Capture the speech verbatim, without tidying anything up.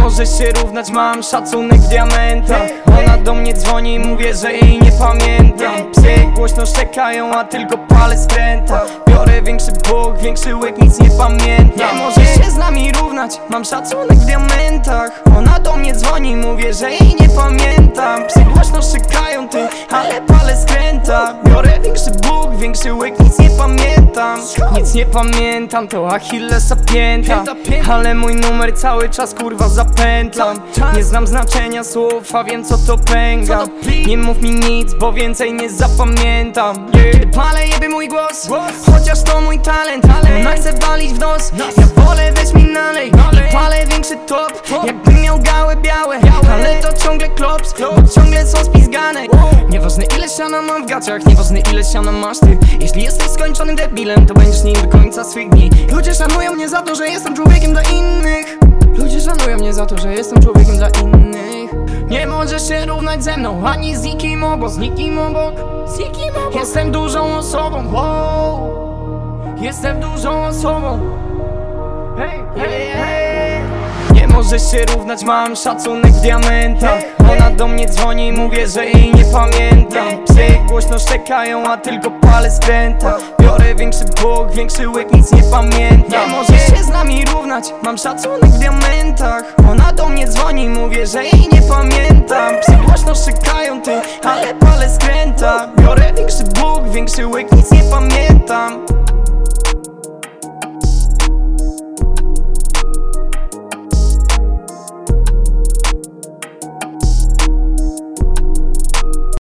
może się równać, mam szacunek w diamentach. Ona do mnie dzwoni, mówię, że jej nie pamiętam. Psy głośno szczekają, a tylko palę skręta. Biorę większy bok, większy łyk, nic nie pamiętam. Nie może się z nami równać, mam szacunek w diamentach. Ona do mnie dzwoni, mówię, że jej nie pamiętam. Psy głośno szczekają, ty, ale palę skręta. Biorę większy bok, większy łyk, nic nie pamiętam. Nic nie pamiętam, to Achillesa pięta. Ale mój numer cały czas kurwa zapętlam. Nie znam znaczenia słów, a wiem co to pęga. Nie mów mi nic, bo więcej nie zapamiętam. Kiedy palę jebie mój głos, chociaż to mój talent. Ona chce walić w nos, ja wolę weź mi nalej. I palę większy top, jakbym miał gałę białe. Ale to ciągle klops, bo ciągle są spizgane. Nieważne ile siana mam w gaciach, nieważne ile siana masz ty. Jeśli jesteś skończonym debilem, to będziesz nim do końca swych dni. Ludzie szanują mnie za to, że jestem człowiekiem dla innych. Ludzie szanują mnie za to, że jestem człowiekiem dla innych. Nie możesz się równać ze mną, ani z nikim obok, z nikim obok, z nikim obok. Jestem dużą osobą, wow. Jestem dużą osobą. Hej, hej, hej. Nie możesz się równać, mam szacunek w diamentach. Ona do mnie dzwoni, mówię, że jej nie pamiętam. Psy głośno szczekają, a tylko palę skręta. Biorę większy bok, większy łyk, nic nie pamiętam. Nie możesz się z nami równać, mam szacunek w diamentach. Ona do mnie dzwoni, mówię, że jej nie pamiętam. Psy głośno szczekają, ty, ale palę skręta. Biorę większy bok, większy łyk, nic nie pamiętam.